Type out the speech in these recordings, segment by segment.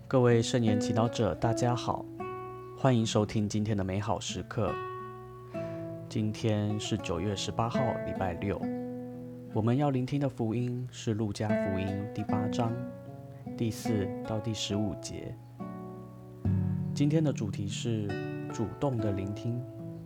各位圣言祈祷者，大家好，欢迎收听今天的美好时刻。今天是9月18号，礼拜六。我们要聆听的福音是路加福音第8章第4到第15节。今天的主题是主动的聆听。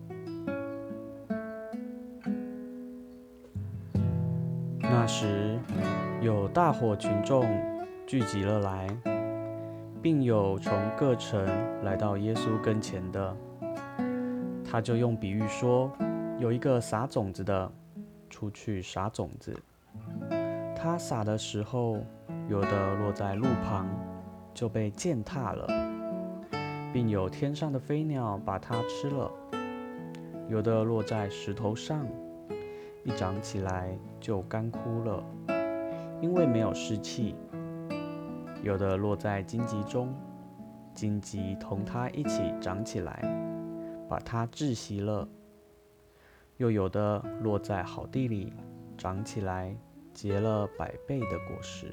那时，有大伙群众聚集了来，并有从各城来到耶稣跟前的。他就用比喻说，有一个撒种子的出去撒种子。他撒的时候，有的落在路旁，就被践踏了，并有天上的飞鸟把它吃了；有的落在石头上，一长起来就干枯了，因为没有湿气；有的落在荆棘中，荆棘同它一起长起来，把它窒息了；又有的落在好地里，长起来，结了100倍的果实。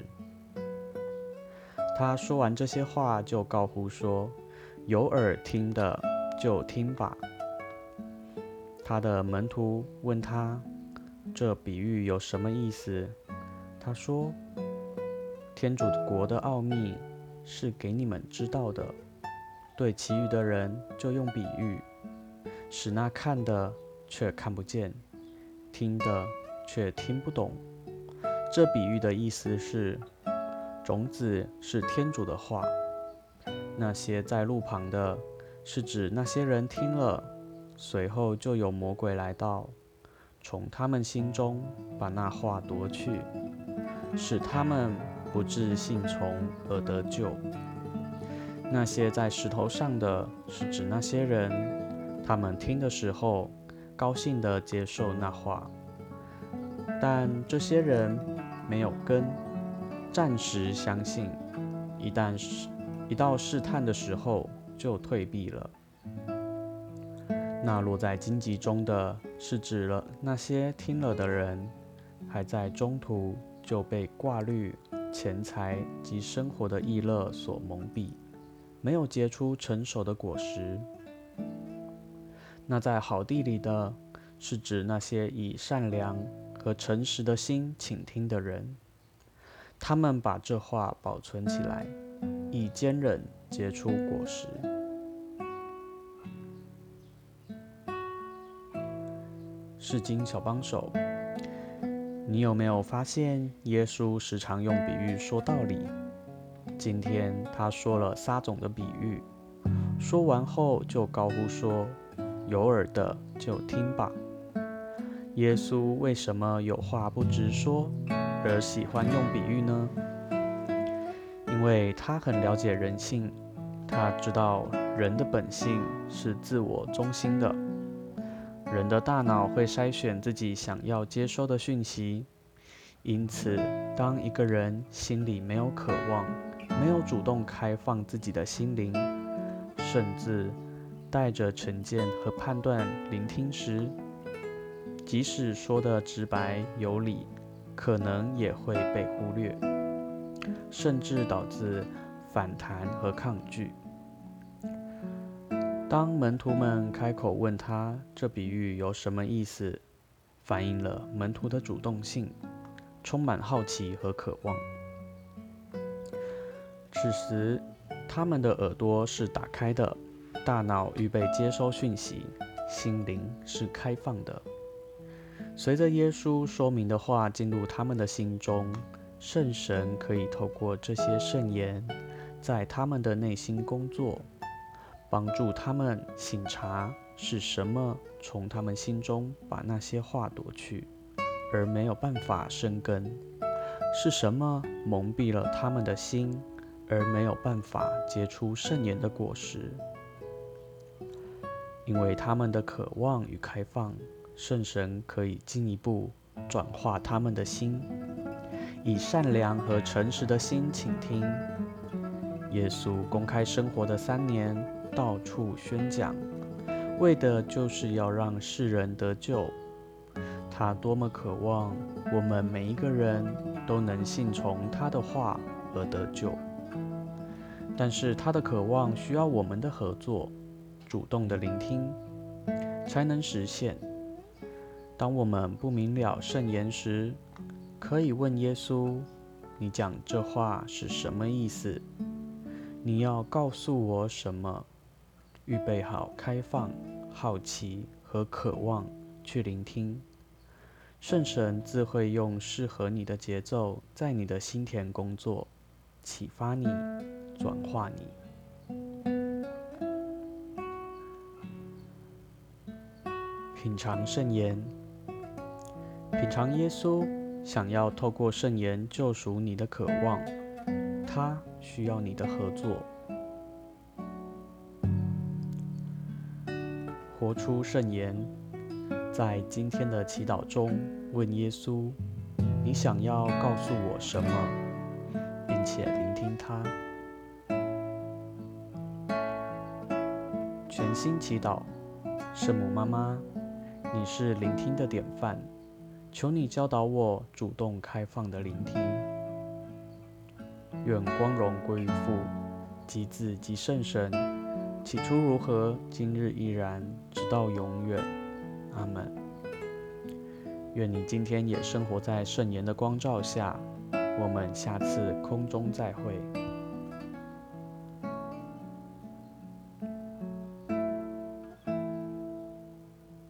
他说完这些话，就高呼说：“有耳听的就听吧。”他的门徒问他：“这比喻有什么意思？”他说：“天主国的奥秘是给你们知道的，对其余的人就用比喻，使那看的却看不见，听的却听不懂。这比喻的意思是，种子是天主的话，那些在路旁的，是指那些人听了，随后就有魔鬼来到，从他们心中把那话夺去，使他们不致信从而得救。那些在石头上的，是指那些人，他们听的时候，高兴地接受那话，但这些人没有根，暂时相信，一到试探的时候就退避了。那落在荆棘中的，是指了那些听了的人，还在中途就被挂虑、钱财及生活的逸乐所蒙蔽，没有结出成熟的果实。那在好地里的，是指那些以善良和诚实的心倾听的人，他们把这话保存起来，以坚忍结出果实。释经小帮手，你有没有发现耶稣时常用比喻说道理？今天他说了撒种的比喻，说完后就高呼说：“有耳的就听吧。”耶稣为什么有话不直说，而喜欢用比喻呢？因为他很了解人性，他知道人的本性是自我中心的。人的大脑会筛选自己想要接收的讯息，因此，当一个人心里没有渴望，没有主动开放自己的心灵，甚至带着成见和判断聆听时，即使说得直白有理，可能也会被忽略，甚至导致反弹和抗拒。当门徒们开口问他这比喻有什么意思，反映了门徒的主动性，充满好奇和渴望。此时，他们的耳朵是打开的，大脑预备接收讯息，心灵是开放的。随着耶稣说明的话进入他们的心中，圣神可以透过这些圣言，在他们的内心工作，帮助他们省察是什么从他们心中把那些话夺去，而没有办法生根；是什么蒙蔽了他们的心，而没有办法结出圣言的果实。因为他们的渴望与开放，圣神可以进一步转化他们的心，以善良和诚实的心倾听。耶稣公开生活的3年，到处宣讲，为的就是要让世人得救。他多么渴望我们每一个人都能信从他的话而得救。 但是他的渴望需要我们的合作，主动的聆听，才能实现。当我们不明了圣言时，可以问耶稣：你讲这话是什么意思？你要告诉我什么？预备好开放、好奇和渴望去聆听。圣神自会用适合你的节奏，在你的心田工作，启发你，转化你。品尝圣言，品尝耶稣想要透过圣言救赎你的渴望，他需要你的合作。活出圣言，在今天的祈祷中问耶稣：你想要告诉我什么？并且聆听他。全心祈祷，圣母妈妈，你是聆听的典范，求你教导我主动开放的聆听。愿光荣归于父、及子、及圣神，起初如何，今日依然，直到永远。阿们。愿你今天也生活在圣言的光照下。我们下次空中再会。